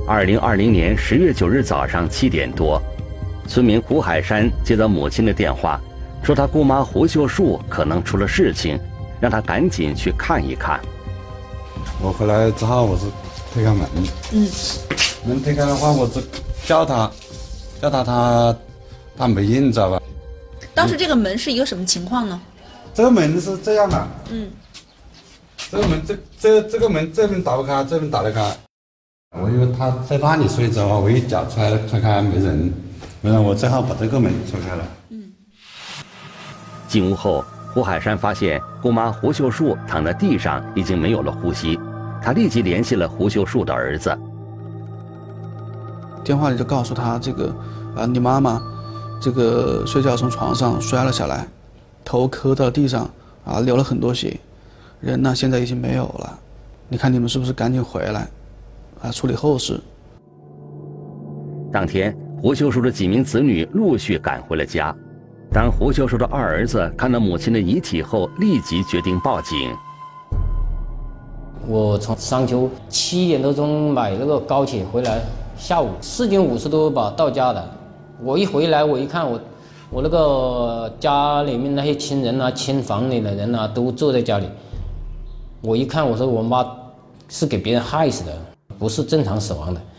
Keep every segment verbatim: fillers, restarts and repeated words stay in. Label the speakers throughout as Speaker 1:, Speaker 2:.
Speaker 1: 二零二零年十月九日早上七点多，村民胡海山接到母亲的电话，说他姑妈胡秀树可能出了事情，让他赶紧去看一看。
Speaker 2: 我回来之后，我是推开门，嗯，门推开的话，我只叫他，叫他他他没应，知道吧？
Speaker 3: 当时这个门是一个什么情况呢？
Speaker 2: 这个门是这样的，
Speaker 3: 嗯，
Speaker 2: 这个门这这这个门这边打不开，这边打得开。我以为他在那里睡着啊，我一脚踹踹开没人，没人，我只好把这个门踹开了。
Speaker 3: 嗯。
Speaker 1: 进屋后，胡海山发现姑妈胡秀树躺在地上，已经没有了呼吸。他立即联系了胡秀树的儿子，
Speaker 4: 电话里就告诉他，这个啊，你妈妈这个睡觉从床上摔了下来，头磕到地上啊，流了很多血，人呢现在已经没有了。你看你们是不是赶紧回来？啊，处理后事。
Speaker 1: 当天，胡秀树的几名子女陆续赶回了家。当胡秀树的二儿子看到母亲的遗体后，立即决定报警。
Speaker 5: 我从商丘七点多钟买那个高铁回来，下午四点五十多吧到家的。我一回来，我一看我，我那个家里面那些亲人啊、亲房里的人啊，都坐在家里。我一看，我说我妈是给别人害死的。不是正常死亡的。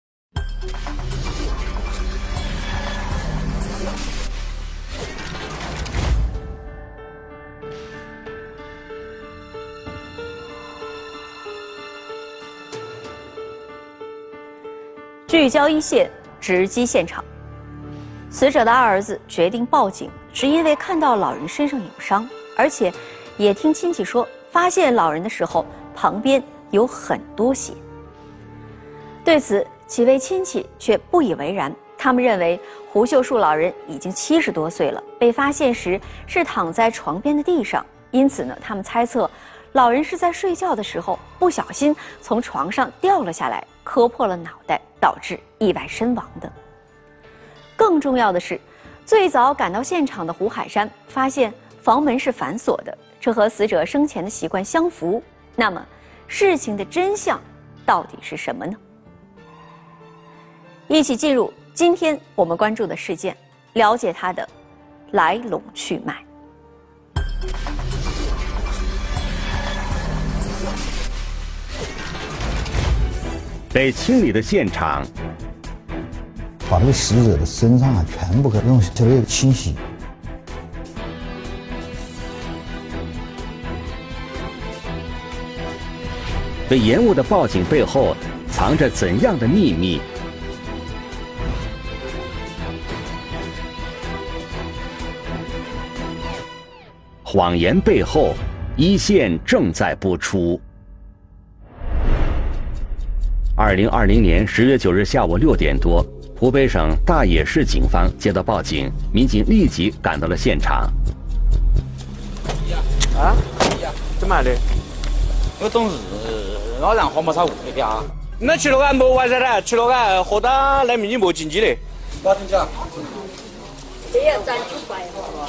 Speaker 6: 聚焦一线，直击现场。死者的二儿子决定报警，是因为看到老人身上有伤，而且也听亲戚说，发现老人的时候旁边有很多血。对此，几位亲戚却不以为然。他们认为胡秀树老人已经七十多岁了，被发现时是躺在床边的地上，因此呢，他们猜测老人是在睡觉的时候不小心从床上掉了下来，磕破了脑袋，导致意外身亡的。更重要的是，最早赶到现场的胡海山发现房门是反锁的，这和死者生前的习惯相符。那么，事情的真相到底是什么呢？一起进入今天我们关注的事件，了解它的来龙去脉。
Speaker 1: 被清理的现场，
Speaker 7: 把这个死者的身上啊全部给用特别清洗。
Speaker 1: 被延误的报警背后藏着怎样的秘密？谎言背后，一线正在播出。二零二零年十月九日下午六点多，湖北省大冶市警方接到报警，民警立即赶到了现场。
Speaker 8: 啊？怎么的？我懂事，老让黄毛草误的呀。那去了个没完噻的，去了个喝到那面没进去的。哪听讲？
Speaker 9: 这样咱就怪哈。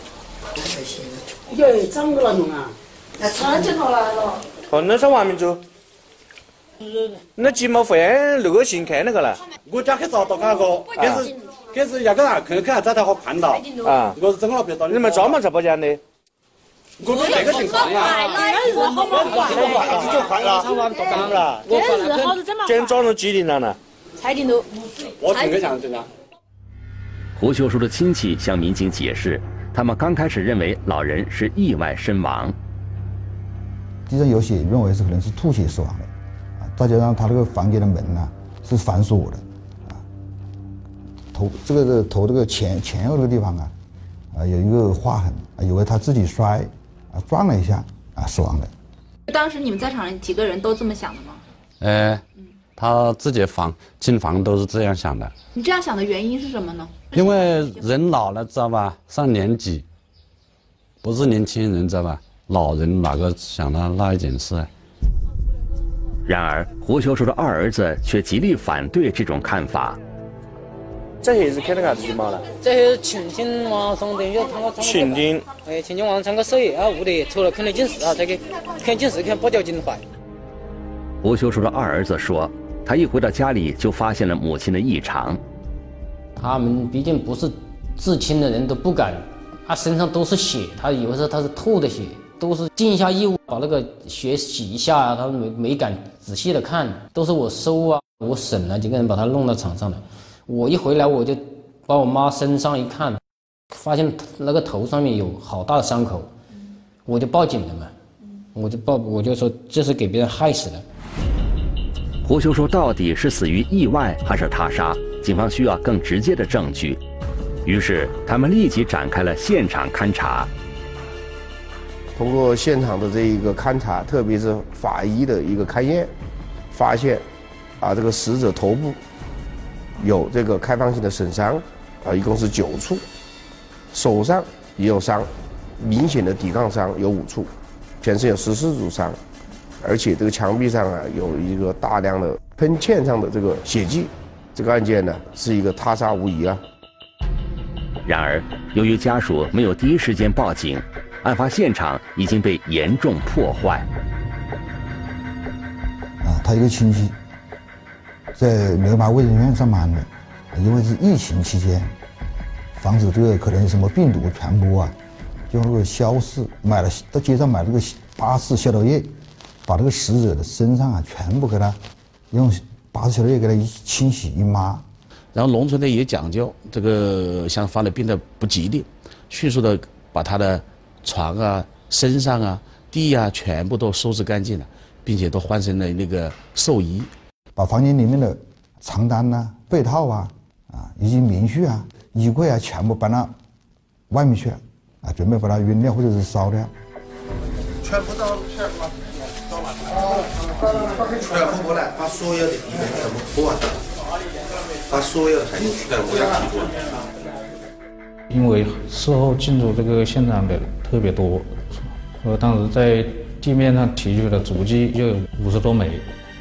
Speaker 10: 哟，长不了弄啊！那穿起头来了。
Speaker 8: 哦，那上外面走。那鸡毛费那个行看那个了。
Speaker 2: 我家去找到那个，可是可是要个人看看，在台好看到。啊。我是真了别到。
Speaker 8: 你们专门在包间的？
Speaker 2: 我们这个情况啊。
Speaker 10: 这日好快
Speaker 2: 了，这就快了。
Speaker 10: 这日好是怎么？
Speaker 8: 今天早上几点了呢？
Speaker 10: 才点都。
Speaker 2: 我听个讲真的。
Speaker 1: 胡秀树的亲戚向民警解释，他们刚开始认为老人是意外身亡，
Speaker 7: 地上有血，认为是可能是吐血死亡的，啊，再加上他这个房间的门呢是反锁的，啊，头这个的头这个前前额这个地方啊，啊有一个划痕，啊，以为他自己摔，啊撞了一下，啊死亡的。
Speaker 3: 当时你们在场几个人都这么想的吗？
Speaker 2: 呃，他自己房进房都是这样想的。
Speaker 3: 你这样想的原因是什么呢？
Speaker 2: 因为人老了，知道吧？上年纪，不是年轻人，知道吧？老人哪个想到那一件事？
Speaker 1: 然而，胡秀树的二儿子却极力反对这种看法。
Speaker 8: 这些是看那个啥子鸡毛了？
Speaker 5: 这些情景晚上等于他们
Speaker 8: 情景，
Speaker 5: 哎，情景晚上唱个水啊，屋里除了看了警示啊，这个看警示看包交警坏。
Speaker 1: 胡秀树的二儿子说， 他一回到家里就发现了母亲的异常。
Speaker 5: 他们毕竟不是至亲的人，都不敢，他身上都是血，他有时候他是吐的血，都是尽一下义务把那个血洗一下啊，他没没敢仔细的看，都是我收啊，我审了几个人把他弄到场上来。我一回来我就把我妈身上一看，发现那个头上面有好大的伤口，我就报警了嘛，我就报我就说这是给别人害死的。
Speaker 1: 胡秀树到底是死于意外还是他杀？警方需要更直接的证据，于是他们立即展开了现场勘查。
Speaker 11: 通过现场的这一个勘查，特别是法医的一个勘验，发现，啊，这个死者头部有这个开放性的损伤，啊，一共是九处，手上也有伤，明显的抵抗伤有五处，全身有十四处伤。而且这个墙壁上啊有一个大量的喷溅上的这个血迹，这个案件呢是一个他杀无疑啊。
Speaker 1: 然而，由于家属没有第一时间报警，案发现场已经被严重破坏。
Speaker 7: 啊，他一个亲戚在牛马卫生院上班的，因为是疫情期间，防止这个可能有什么病毒传播啊，就那个消逝买了到街上买了个巴氏消毒液。把这个死者的身上啊，全部给他用巴氏消毒液给他一清洗一抹。
Speaker 12: 然后农村呢也讲究这个，像犯了病的不吉利，迅速的把他的床啊、身上啊、地啊全部都收拾干净了，并且都换成了那个寿衣。
Speaker 7: 把房间里面的床单呐、啊、被套啊、啊以及棉絮啊、衣柜啊全部搬到外面去了，啊，准备把它扔掉或者是烧掉。
Speaker 13: 全部到全部。全部过来，把所有的地面全部铺完，把所有的还有全部要提出来。
Speaker 14: 因为事后进入这个现场的特别多，我当时在地面上提取的足迹就有五十多枚。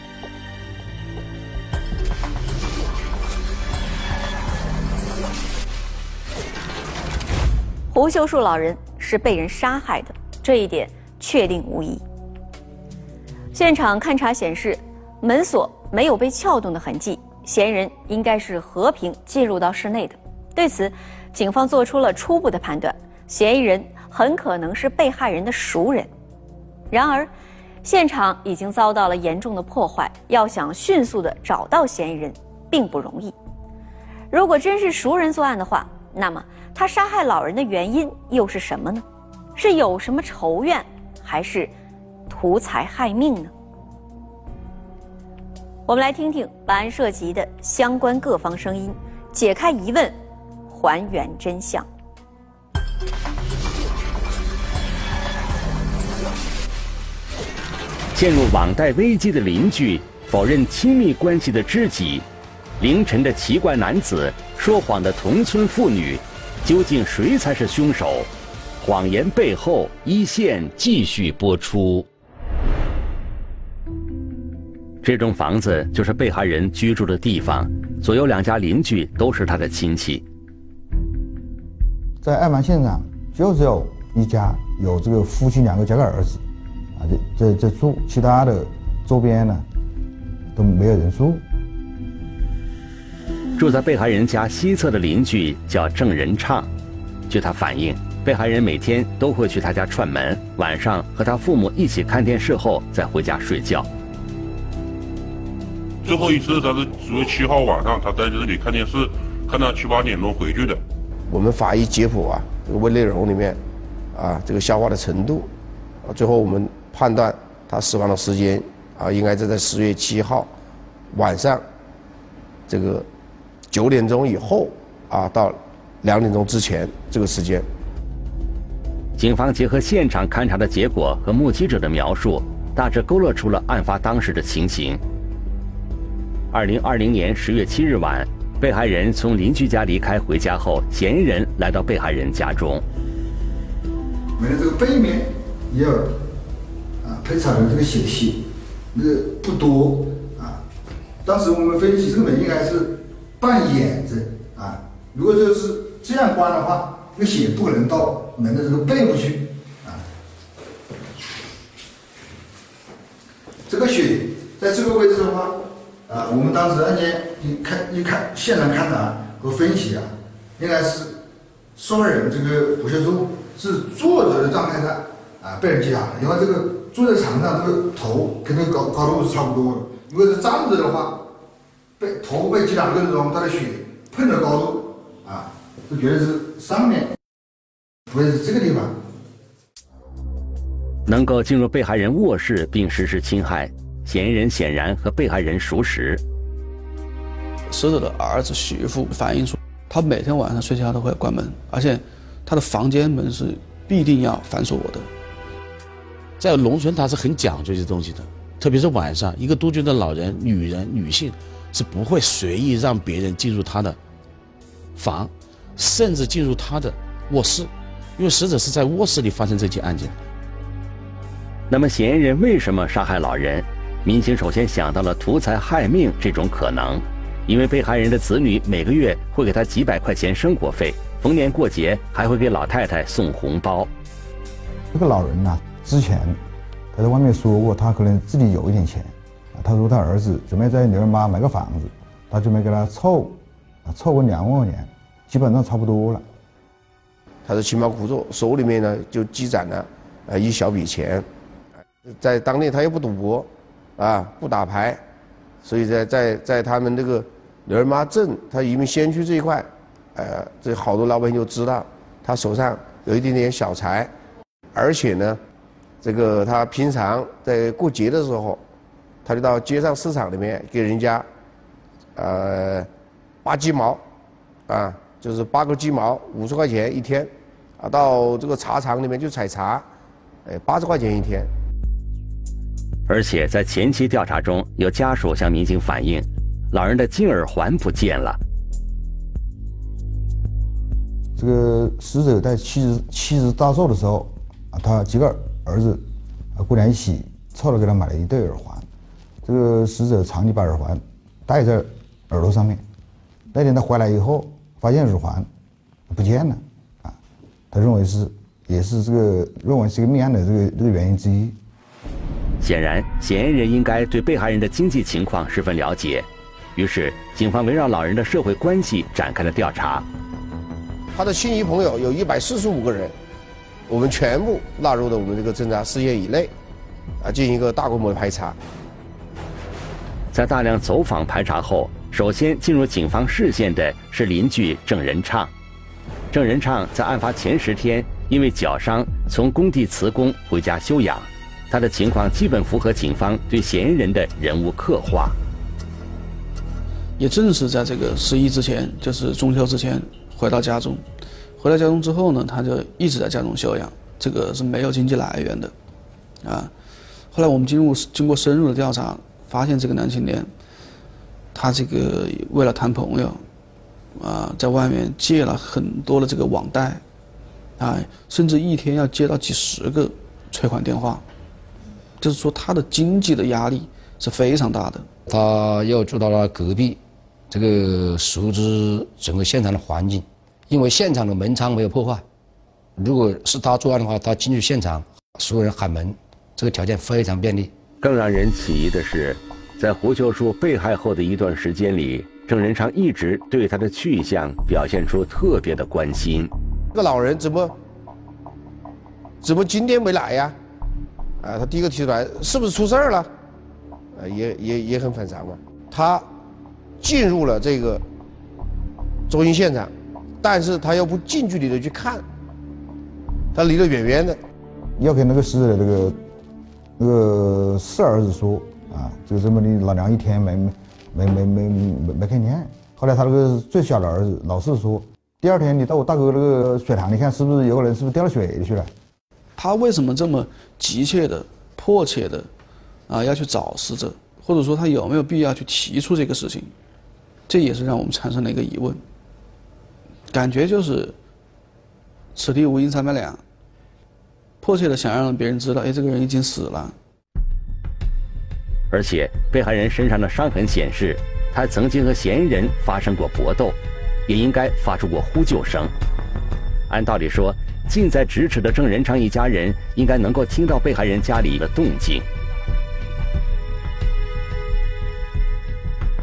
Speaker 6: 胡秀树老人是被人杀害的，这一点确定无疑。现场勘查显示，门锁没有被撬动的痕迹，嫌疑人应该是和平进入到室内的。对此，警方做出了初步的判断，嫌疑人很可能是被害人的熟人。然而，现场已经遭到了严重的破坏，要想迅速地找到嫌疑人，并不容易。如果真是熟人作案的话，那么他杀害老人的原因又是什么呢？是有什么仇怨，还是图财害命呢？我们来听听本案涉及的相关各方声音，解开疑问，还原真相。
Speaker 1: 陷入网贷危机的邻居否认亲密关系的知己，凌晨的奇怪男子，说谎的同村妇女，究竟谁才是凶手？谎言背后，一线继续播出。这栋房子就是被害人居住的地方，左右两家邻居都是他的亲戚。
Speaker 7: 在案发现场就只有一家有这个夫妻两个加个儿子，啊，这这这住，其他的周边呢都没有人住。
Speaker 1: 住在被害人家西侧的邻居叫郑仁畅，据他反映，被害人每天都会去他家串门，晚上和他父母一起看电视后再回家睡觉。
Speaker 15: 最后一次他是十月七号晚上，他在这里看电视，看到七八点钟回去的。
Speaker 11: 我们法医解剖啊，这个胃内容里面，啊，这个消化的程度，啊，最后我们判断他死亡的时间啊，应该是在十月七号晚上，这个九点钟以后啊，到两点钟之前这个时间。
Speaker 1: 警方结合现场勘查的结果和目击者的描述，大致勾勒出了案发当时的情形。二零二零年十月七日晚，被害人从邻居家离开回家后，嫌疑人来到被害人家中。
Speaker 7: 门的这个背面也有啊喷洒的这个血迹，那个不多啊。当时我们分析这个门应该是半掩着啊，如果就是这样关的话，这个血不可能到门的这个背部去啊。这个血在这个位置的话。啊， 啊，我们当时案件一看一看现场勘查和分析啊，应该是受害人这个不协助是坐着的状态下啊被人击打的，因为这个坐在床上这个头跟这个高高度是差不多的，如果是站着的话，被头被击打的过程中，他的血碰的高度啊，就觉得是上面，不会是这个地方。
Speaker 1: 能够进入被害人卧室并实施侵害，嫌疑人显然和被害人熟识。
Speaker 4: 死者的儿子媳妇反映出，他每天晚上睡觉都会关门，而且他的房间门是必定要反锁的。
Speaker 12: 在农村，他是很讲究这些东西的，特别是晚上，一个独居的老人、女人、女性是不会随意让别人进入他的房，甚至进入他的卧室，因为死者是在卧室里发生这起案件。
Speaker 1: 那么，嫌疑人为什么杀害老人？民警首先想到了图财害命这种可能，因为被害人的子女每个月会给他几百块钱生活费，逢年过节还会给老太太送红包。
Speaker 7: 这个老人呢、啊，之前他在外面说过，他可能自己有一点钱，啊，他说他儿子准备在牛二妈买个房子，他准备给他凑，啊，凑个两万块钱，基本上差不多了。
Speaker 11: 他是情报工作，手里面呢就积攒了呃一小笔钱。在当地他又不赌博，啊，不打牌，所以在在在他们这个刘二妈镇，他移民先驱这一块，呃，这好多老百姓就知道他手上有一点点小财，而且呢，这个他平常在过节的时候，他就到街上市场里面给人家，呃，扒鸡毛，啊，就是扒个鸡毛五十块钱一天，啊，到这个茶厂里面去采茶，哎，八十块钱一天。
Speaker 1: 而且在前期调查中，有家属向民警反映，老人的金耳环不见了。
Speaker 7: 这个死者在七十七十大寿的时候，啊，他几个儿子啊姑娘一起凑了给他买了一对耳环。这个死者长期把耳环戴在耳朵上面。那天他回来以后，发现耳环不见了，啊，他认为是也是这个认为是一个命案的这个这个原因之一。
Speaker 1: 显然，嫌疑人应该对被害人的经济情况十分了解，于是警方围绕老人的社会关系展开了调查。
Speaker 11: 他的亲戚朋友有一百四十五个人，我们全部纳入了我们这个侦查视野以内，啊，进行一个大规模的排查。
Speaker 1: 在大量走访排查后，首先进入警方视线的是邻居郑仁畅。郑仁畅在案发前十天因为脚伤从工地辞工回家休养。他的情况基本符合警方对嫌疑人的人物刻画。
Speaker 4: 也正是在这个十一之前，就是中秋之前回到家中，回到家中之后呢，他就一直在家中休养，这个是没有经济来源的，啊。后来我们经入经过深入的调查，发现这个男青年，他这个为了谈朋友，啊，在外面借了很多的这个网贷，啊，甚至一天要接到几十个催款电话。就是说，他的经济的压力是非常大的。
Speaker 16: 他又住到了隔壁，这个熟知整个现场的环境，因为现场的门窗没有破坏。如果是他作案的话，他进去现场，所有人喊门，这个条件非常便利。
Speaker 1: 更让人起疑的是，在胡秀树被害后的一段时间里，郑仁昌一直对他的去向表现出特别的关心。
Speaker 11: 这个老人怎么怎么今天没来呀？啊，他第一个提出来，是不是出事儿了？啊，也也也很反常嘛。他进入了这个中心现场，但是他又不近距离的去看，他离得远远的。
Speaker 7: 要跟那个死者的这个那个四儿子说啊，就这么你老娘一天没没没没没没没看见。后来他那个最小的儿子老四说，第二天你到我大哥那个水塘，你看是不是有个人是不是掉到水里去了？
Speaker 4: 他为什么这么急切的、迫切的，啊，要去找死者，或者说他有没有必要去提出这个事情？这也是让我们产生了一个疑问。感觉就是此地无银三百两，迫切的想让别人知道，哎，这个人已经死了。
Speaker 1: 而且被害人身上的伤痕显示，他曾经和嫌疑人发生过搏斗，也应该发出过呼救声。按道理说，近在咫尺的郑仁昌一家人应该能够听到被害人家里的动静。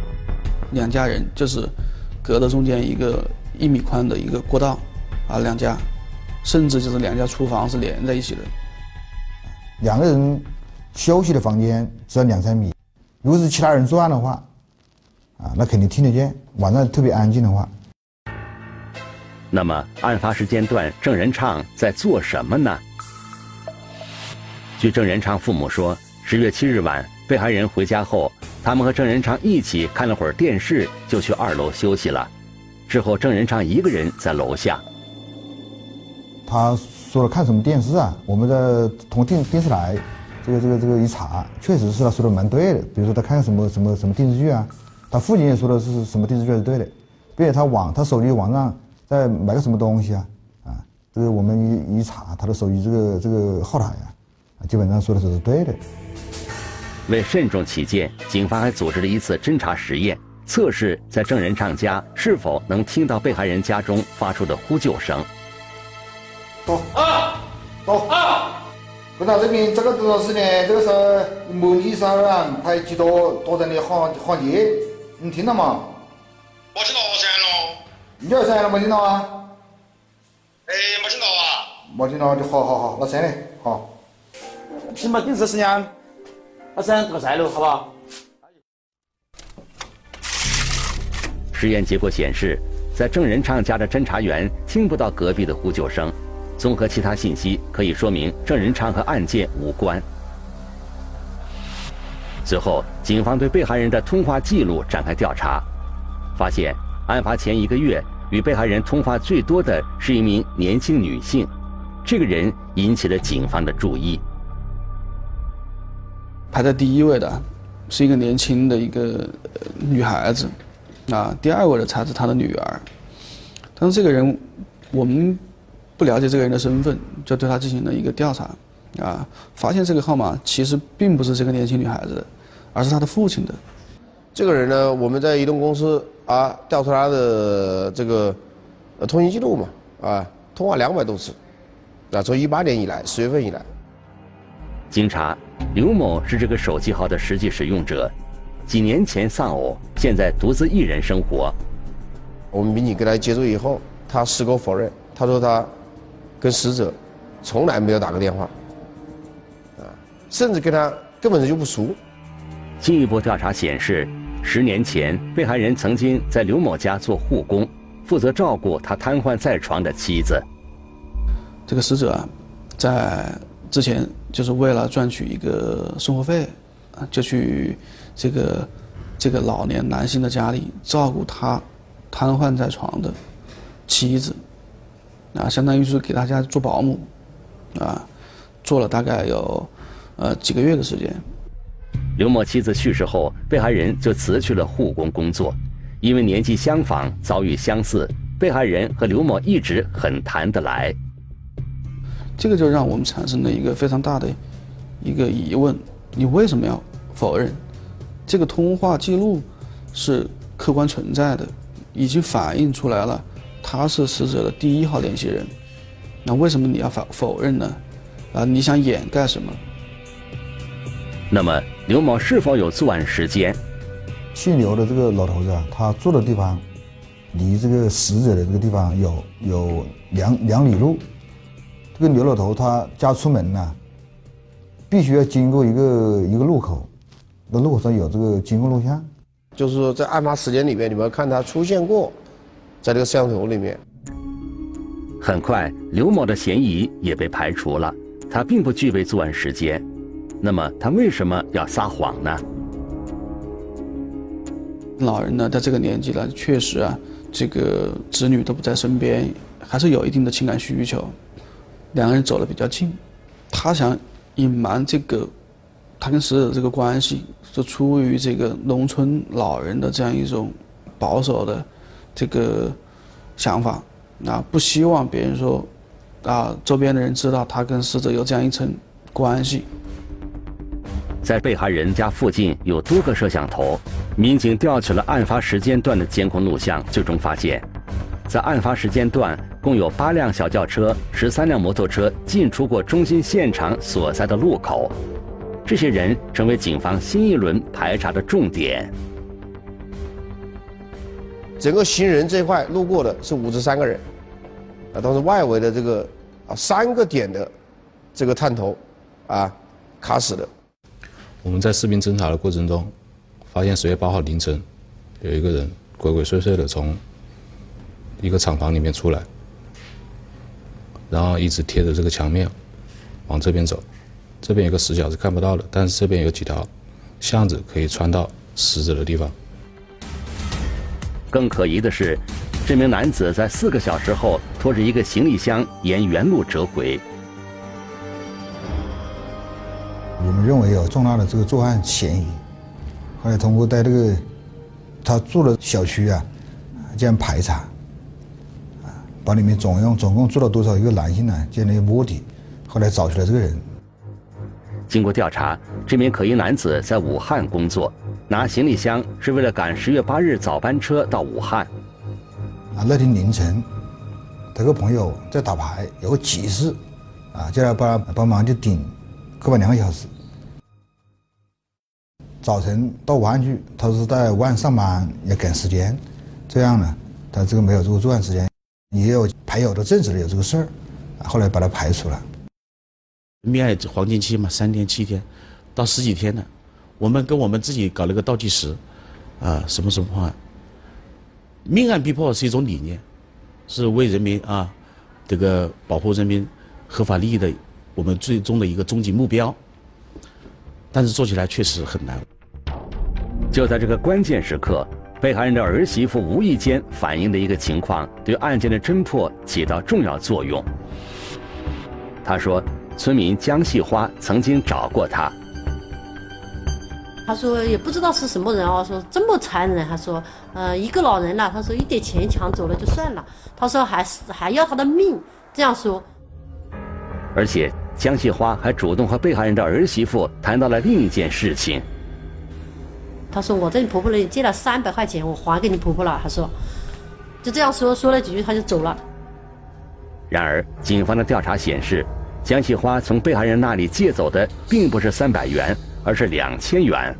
Speaker 4: 两家人就是隔着中间一个一米宽的一个过道，啊，两家，甚至就是两家厨房是连在一起的。
Speaker 7: 两个人休息的房间只要两三米，如果是其他人作案的话，啊，那肯定听得见。晚上特别安静的话，
Speaker 1: 那么案发时间段，郑仁畅在做什么呢？据郑仁畅父母说，十月七日晚，被害人回家后，他们和郑仁畅一起看了会儿电视，就去二楼休息了。之后，郑仁畅一个人在楼下。
Speaker 7: 他说了看什么电视啊？我们在通电电视台，这个这个这个一查，确实是他说的蛮对的。比如说他看看什么什么什么电视剧啊，他父亲也说的是什么电视剧是对的，并且他网他手机网上在买个什么东西啊啊，这个我们一一查他的手机这个这个后台啊，基本上说的是对的。
Speaker 1: 为慎重起见，警方还组织了一次侦查实验，测试在郑仁畅家是否能听到被害人家中发出的呼救声。
Speaker 7: 走啊，走啊！不到这边这个多少事呢？这个时候模拟时候啊，拍几多多人的喊喊劫，你听到吗？
Speaker 17: 我听到声了。
Speaker 7: 你有声了没听到啊？
Speaker 17: 哎，没听到啊。
Speaker 7: 没听到就好好好，那声嘞，好。
Speaker 8: 听把电视声音，把声搞塞了，好不好？
Speaker 1: 实验结果显示，在郑仁畅家的侦查员听不到隔壁的呼救声。综合其他信息，可以说明郑仁畅和案件无关。随后，警方对被害人的通话记录展开调查，发现案发前一个月与被害人通话最多的是一名年轻女性，这个人引起了警方的注意。
Speaker 4: 排在第一位的是一个年轻的一个女孩子，啊，第二位的才是她的女儿。但是这个人，我们不了解这个人的身份，就对他进行了一个调查，啊，发现这个号码其实并不是这个年轻女孩子的，而是他的父亲的。
Speaker 11: 这个人呢，我们在移动公司啊调查他的这个呃通信记录嘛，啊，通话两百多次，啊，从一八年以来，十月份以来。
Speaker 1: 经查，刘某是这个手机号的实际使用者，几年前丧偶，现在独自一人生活。
Speaker 11: 我们民警跟他接触以后，他矢口否认，他说他跟死者从来没有打过电话，啊，甚至跟他根本就不熟。
Speaker 1: 进一步调查显示，十年前被害人曾经在刘某家做护工，负责照顾他瘫痪在床的妻子。
Speaker 4: 这个死者啊，在之前就是为了赚取一个生活费，啊，就去这个这个老年男性的家里照顾他瘫痪在床的妻子。啊，相当于是给他家做保姆，啊，做了大概有呃几个月的时间。
Speaker 1: 刘某妻子去世后，被害人就辞去了护工工作，因为年纪相仿，遭遇相似，被害人和刘某一直很谈得来。
Speaker 4: 这个就让我们产生了一个非常大的一个疑问：你为什么要否认？这个通话记录是客观存在的，已经反映出来了。他是死者的第一号联系人，那为什么你要否否认呢？啊，你想掩盖什么？
Speaker 1: 那么刘某是否有作案时间？
Speaker 7: 姓刘的这个老头子啊，他住的地方离这个死者的这个地方有有两两里路。这个刘老头他家出门呢、啊，必须要经过一个一个路口，那路口上有这个监控录像。
Speaker 11: 就是说，在案发时间里面，你们看他出现过。在这个摄像头里面，
Speaker 1: 很快刘某的嫌疑也被排除了，他并不具备作案时间。那么他为什么要撒谎呢？
Speaker 4: 老人呢，在这个年纪了，确实啊，这个子女都不在身边，还是有一定的情感需求。两个人走得比较近，他想隐瞒这个他跟死者的这个关系，是出于这个农村老人的这样一种保守的这个想法，啊，不希望别人说，啊，周边的人知道他跟死者有这样一层关系。
Speaker 1: 在被害人家附近有多个摄像头，民警调取了案发时间段的监控录像，最终发现，在案发时间段共有八辆小轿车、十三辆摩托车进出过中心现场所在的路口。这些人成为警方新一轮排查的重点。
Speaker 11: 整个行人这一块路过的是五十三个人，啊，当时外围的这个啊三个点的这个探头啊卡死的。
Speaker 18: 我们在视频侦查的过程中，发现十月八号凌晨，有一个人鬼鬼祟祟的从一个厂房里面出来，然后一直贴着这个墙面往这边走。这边有个死角是看不到的，但是这边有几条巷子可以穿到死者的地方。
Speaker 1: 更可疑的是，这名男子在四个小时后拖着一个行李箱沿原路折回。
Speaker 7: 我们认为有重大的这个作案嫌疑。后来通过在这个他住的小区啊，这样排查，啊，把里面总共总共住了多少一个男性呢，这样的摸底，后来找出来这个人。
Speaker 1: 经过调查，这名可疑男子在武汉工作，拿行李箱是为了赶十月八日早班车到武汉。
Speaker 7: 啊，那天凌晨，他个朋友在打牌，有个急事，啊，叫他帮帮忙去顶，课班两个小时。早晨到武汉去，他是在武汉上班，要赶时间，这样呢，他这个没有这个作案时间，也有牌友都证实了有这个事儿，后来把他排除了。
Speaker 12: 命案黄金期嘛，三天七天，到十几天了。我们跟我们自己搞了个倒计时，啊，什么什么方案？命案必破是一种理念，是为人民啊，这个保护人民合法利益的我们最终的一个终极目标。但是做起来确实很难。
Speaker 1: 就在这个关键时刻，被害人的儿媳妇无意间反映的一个情况，对案件的侦破起到重要作用。她说，村民江细花曾经找过他，
Speaker 10: 他说也不知道是什么人啊，说这么残忍，他说，呃，一个老人了，他说一点钱抢走了就算了，他说还是还要他的命，这样说。
Speaker 1: 而且江细花还主动和被害人的儿媳妇谈到了另一件事情。
Speaker 10: 他说我在你婆婆那里借了三百块钱，我还给你婆婆了。他说，就这样说说了几句他就走了。
Speaker 1: 然而，警方的调查显示，江细花从被害人那里借走的并不是三百元，而是两千元。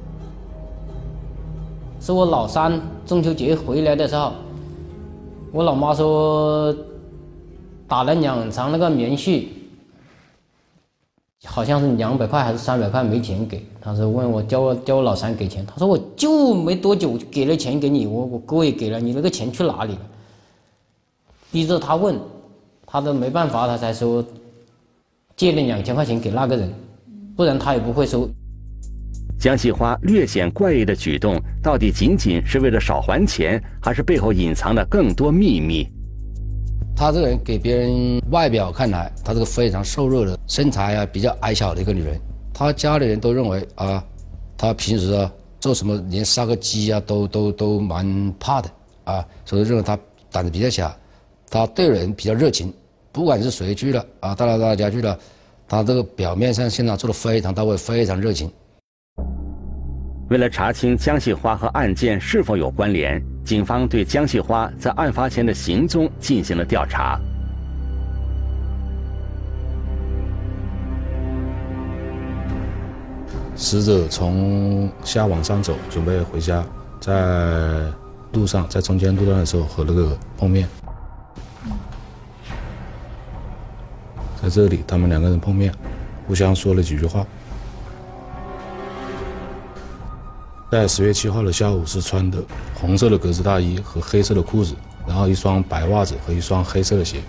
Speaker 5: 是我老三中秋节回来的时候，我老妈说打了两场那个棉絮，好像是两百块还是三百块没钱给，他说问我叫我叫我老三给钱，他说我就没多久给了钱给你，我我哥也给了，你那个钱去哪里了？逼着他问，他都没办法，他才说借了两千块钱给那个人，不然他也不会收。
Speaker 1: 江细花略显怪异的举动，到底仅仅是为了少还钱，还是背后隐藏了更多秘密？
Speaker 16: 她这个人给别人外表看来，她是个非常瘦弱的，身材啊比较矮小的一个女人。她家里人都认为啊，她平时啊做什么连杀个鸡啊都都都蛮怕的啊，所以认为她胆子比较小，她对人比较热情，不管是谁去了啊，到了大家去了，她这个表面上现场做的非常到位，非常热情。
Speaker 1: 为了查清江细花和案件是否有关联，警方对江细花在案发前的行踪进行了调查。
Speaker 18: 死者从下往上走，准备回家，在路上，在中间路段的时候和那个碰面，在这里他们两个人碰面，互相说了几句话。在十月七号的下午是穿的红色的格子大衣和黑色的裤子，然后一双白袜子和一双黑色的鞋。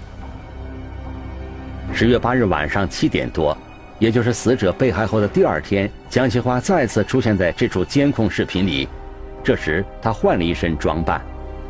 Speaker 1: 十月八日晚上七点多，也就是死者被害后的第二天，江细花再次出现在这处监控视频里。这时，她换了一身装扮，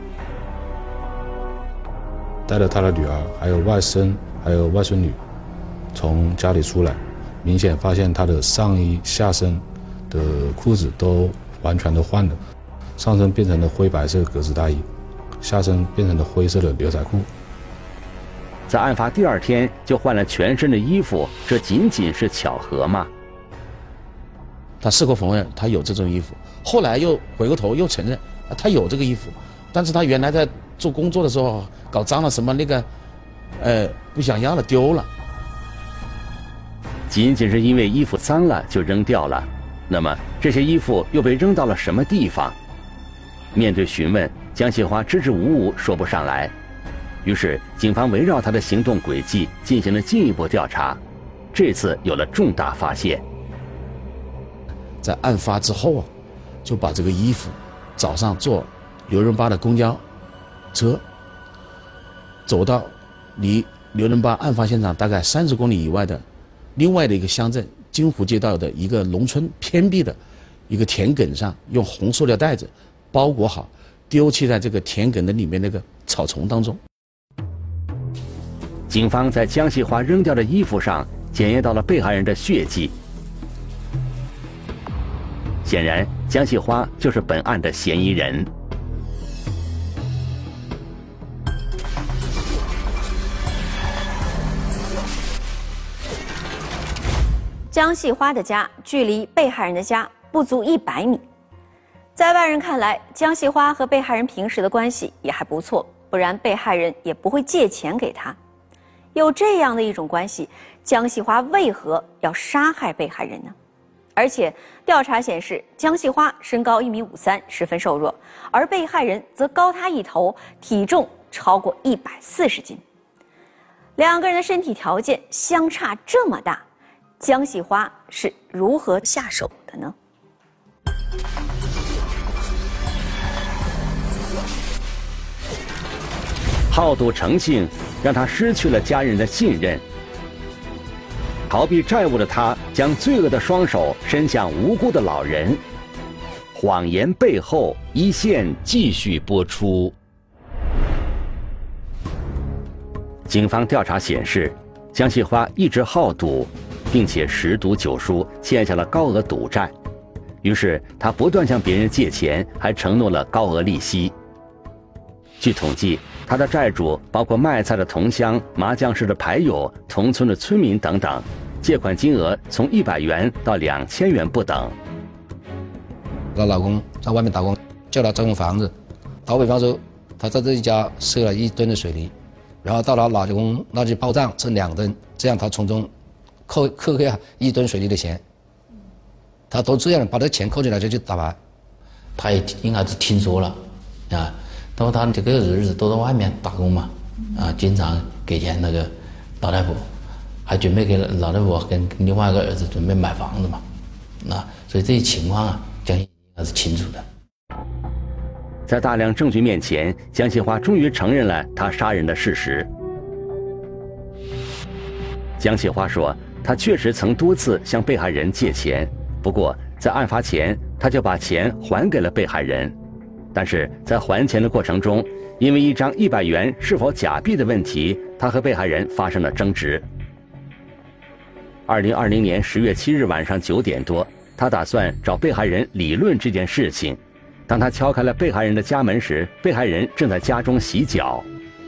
Speaker 18: 带着她的女儿、还有外甥、还有外孙女，从家里出来，明显发现她的上衣、下身的裤子都完全都换了，上身变成了灰白色格子大衣，下身变成了灰色的牛仔裤。
Speaker 1: 在案发第二天就换了全身的衣服，这仅仅是巧合吗？
Speaker 12: 他事后否认他有这种衣服，后来又回过头又承认他有这个衣服，但是他原来在做工作的时候搞脏了什么那个，呃，不想要了丢了。
Speaker 1: 仅仅是因为衣服脏了就扔掉了，那么这些衣服又被扔到了什么地方？面对询问，江江细花支支吾吾说不上来。于是警方围绕他的行动轨迹进行了进一步调查，这次有了重大发现。
Speaker 12: 在案发之后啊，就把这个衣服早上坐刘仁巴的公交车，走到离刘仁巴案发现场大概三十公里以外的另外的一个乡镇金湖街道的一个农村偏僻的一个田埂上，用红塑料袋子包裹好，丢弃在这个田埂的里面那个草丛当中。
Speaker 1: 警方在江细花扔掉的衣服上检验到了被害人的血迹，显然江细花就是本案的嫌疑人。
Speaker 6: 江细花的家距离被害人的家不足一百米，在外人看来，江细花和被害人平时的关系也还不错，不然被害人也不会借钱给他。有这样的一种关系，江细花为何要杀害被害人呢？而且调查显示，江细花身高一米五三，十分瘦弱，而被害人则高他一头，体重超过一百四十斤。两个人的身体条件相差这么大，江细花是如何下手的呢？
Speaker 1: 好赌成性让他失去了家人的信任，逃避债务的他将罪恶的双手伸向无辜的老人。谎言背后，一线继续播出。警方调查显示，江细花一直好赌，并且十赌九输，欠下了高额赌债。于是他不断向别人借钱，还承诺了高额利息。据统计，他的债主包括卖菜的同乡、麻将室的牌友、同村的村民等等，借款金额从一百元到两千元不等。
Speaker 16: 她老公在外面打工，叫她征房子，到北方时候，她在这一家设了一吨的水泥，然后到她老公那去报账是两吨，这样她从中扣扣下一吨水泥的钱，她都这样把这钱扣进来就去打牌。
Speaker 19: 她也应该是听说了啊。然后他这个日子都在外面打工嘛，啊，经常给钱那个老太婆，还准备给老太婆跟另外一个儿子准备买房子嘛，啊，所以这些情况啊，江细花是清楚的。
Speaker 1: 在大量证据面前，江细花终于承认了他杀人的事实。江细花说，他确实曾多次向被害人借钱，不过在案发前，他就把钱还给了被害人。但是在还钱的过程中，因为一张一百元是否假币的问题，他和被害人发生了争执。二零二零年十月七日晚上九点多，他打算找被害人理论这件事情。当他敲开了被害人的家门时，被害人正在家中洗脚。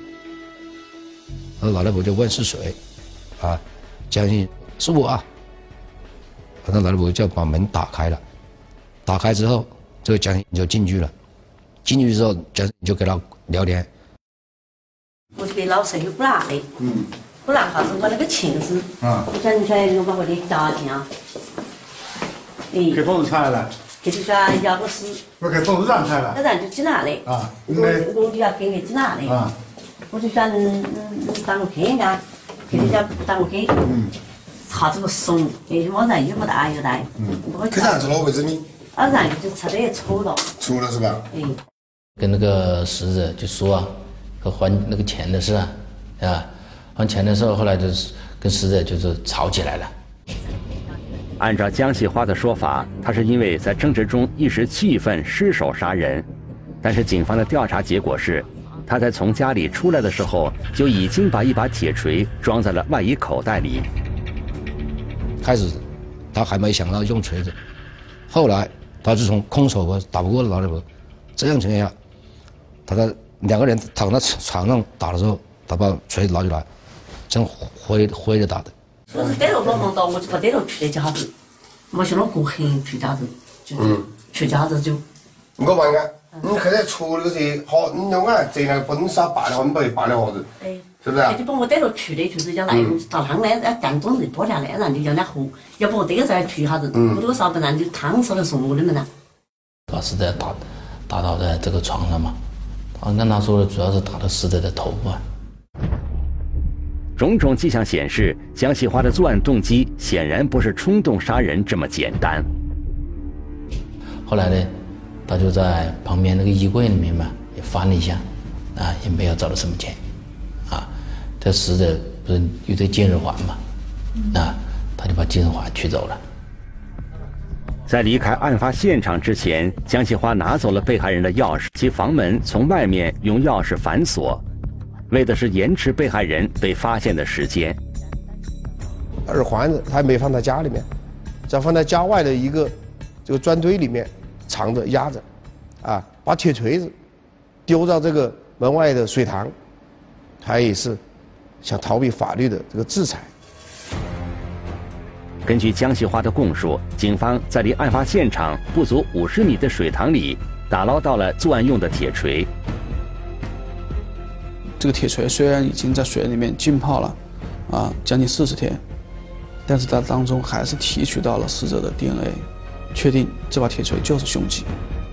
Speaker 16: 老太婆就问是谁，啊，江细是我啊。那老太婆就把门打开了，打开之后，这个江细就进去了。进去之后，江细就跟他聊天。
Speaker 10: 我这个老师又不拿的，嗯，不拿啥子？我那个钱是，啊，我想你猜，我把我的家庭啊，哎，
Speaker 2: 给董事长了，
Speaker 10: 给这个要个是，
Speaker 2: 我给董事长猜了，
Speaker 10: 那咱就进来的，啊，我我就要给给进来的，啊，我就想嗯嗯当个客啊，给人家当个客，嗯，啥子不怂，哎，我人又不大又大，嗯，
Speaker 13: 去啥子了？为什么？
Speaker 10: 啊，人就吃得丑了，
Speaker 13: 丑了是吧？
Speaker 10: 哎。
Speaker 19: 跟那个死者就说啊，和还那个钱的事啊，啊，还钱的时候，后来就是跟死者就是吵起来了。
Speaker 1: 按照江细花的说法，他是因为在争执中一时气愤失手杀人，但是警方的调查结果是，他在从家里出来的时候就已经把一把铁锤装在了外衣口袋里。
Speaker 16: 开始他还没想到用锤子，后来他是从空手我打不过老太婆，这样情况下。他在两个人躺在床上打的时候，他把锤子拿出来，这样挥挥着打的。
Speaker 10: 我是逮了老忙到，我就把逮了锤子下子，没想到过狠锤下子，就锤下子就。
Speaker 13: 我问下，你去在处理嗰時，學你用啊，淨係本身辦了，唔可以辦了何子？
Speaker 10: 哎，
Speaker 13: 是不是？
Speaker 10: 就把我逮了锤的，就是叫来到汤呢，要干种子剥下来，然后就叫那喝，要不我逮个在锤下子，我多少不然就汤烧来送我的们呐。
Speaker 19: 把死者打打倒在这个床上嘛。 啊，按他说的，主要是打到死者的头部啊。
Speaker 1: 种种迹象显示，江细华的作案动机显然不是冲动杀人这么简单。
Speaker 19: 后来呢，他就在旁边那个衣柜里面嘛，也翻了一下，啊，也没有找到什么钱，啊，这死者不是有对健身环嘛，啊，他就把健身环取走了。
Speaker 1: 在离开案发现场之前，江细华拿走了被害人的钥匙，其房门从外面用钥匙反锁，为的是延迟被害人被发现的时间。
Speaker 11: 耳环子他没放在家里面，只要放在家外的一个这个砖堆里面藏着压着，啊，把铁锤子丢到这个门外的水塘，他也是想逃避法律的这个制裁。
Speaker 1: 根据江细华的供述，警方在离案发现场不足五十米的水塘里打捞到了作案用的铁锤。
Speaker 4: 这个铁锤虽然已经在水里面浸泡了，啊，将近四十天，但是它当中还是提取到了死者的 D N A， 确定这把铁锤就是凶器。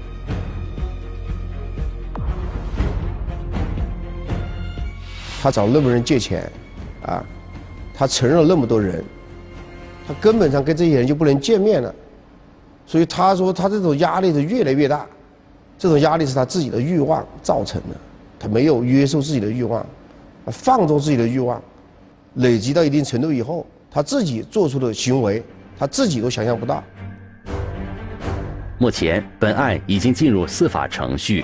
Speaker 11: 他找那么多人借钱，啊，他承认了那么多人。他根本上跟这些人就不能见面了，所以他说他这种压力是越来越大，这种压力是他自己的欲望造成的，他没有约束自己的欲望，放纵自己的欲望，累积到一定程度以后，他自己做出的行为，他自己都想象不到。
Speaker 1: 目前，本案已经进入司法程序。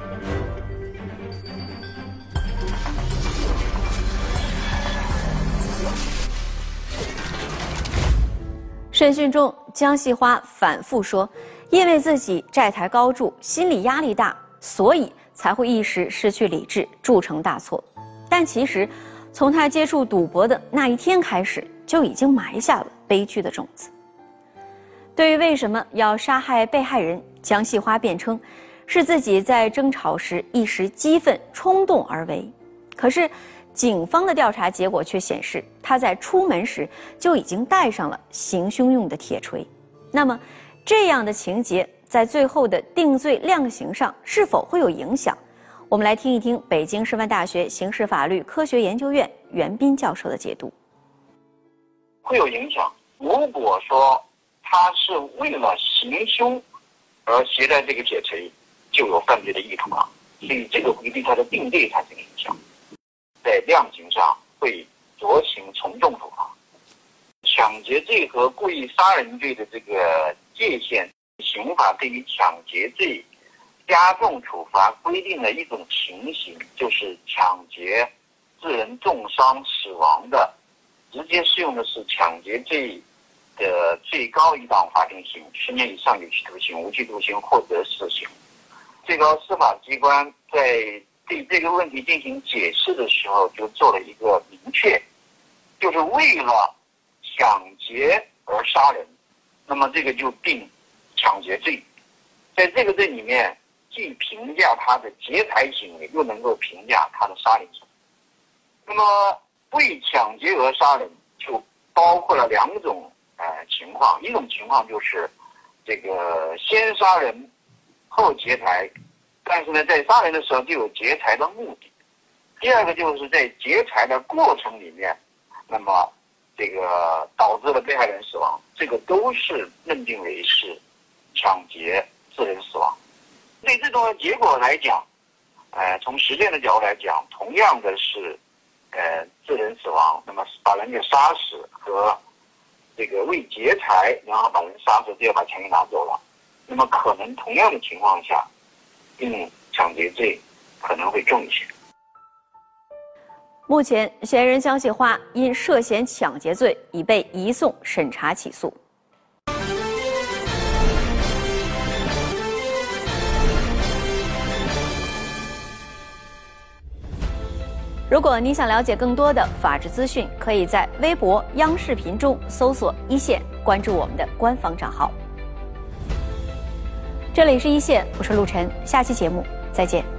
Speaker 6: 审讯中，江细华反复说，因为自己债台高筑，心理压力大，所以才会一时失去理智，铸成大错。但其实，从他接触赌博的那一天开始，就已经埋下了悲剧的种子。对于为什么要杀害被害人，江细华辩称，是自己在争吵时一时激愤冲动而为。可是，警方的调查结果却显示，他在出门时就已经带上了行凶用的铁锤。那么，这样的情节在最后的定罪量刑上是否会有影响？我们来听一听北京师范大学刑事法律科学研究院袁斌教授的解读。
Speaker 20: 会有影响。如果说他是为了行凶而携带这个铁锤，就有犯罪的意图了，所以这个会对他的定罪产生影响。在量刑上会酌情从重处罚。抢劫罪和故意杀人罪的这个界限，刑法对于抢劫罪加重处罚规定了一种情形，就是抢劫致人重伤死亡的，直接适用的是抢劫罪的最高一档法定刑，十年以上有期徒刑、无期徒刑或者死刑。最高司法机关在对这个问题进行解释的时候，就做了一个明确，就是为了抢劫而杀人，那么这个就定抢劫罪。在这个罪里面，既评价他的劫财行为，又能够评价他的杀人行为。那么为抢劫而杀人，就包括了两种呃情况，一种情况就是这个先杀人后劫财。但是呢，在杀人的时候就有劫财的目的。第二个就是在劫财的过程里面，那么这个导致了被害人死亡，这个都是认定为是抢劫致人死亡。对这种结果来讲，呃，从实践的角度来讲，同样的是，呃，致人死亡，那么把人给杀死和这个为劫财然后把人杀死，就要把钱给拿走了，那么可能同样的情况下，定抢劫罪可能会重一些。
Speaker 6: 目前，嫌疑人江细华因涉嫌抢劫罪已被移送审查起诉。如果你想了解更多的法治资讯，可以在微博、央视频中搜索“一线”，关注我们的官方账号。这里是一线，我是陆晨，下期节目再见。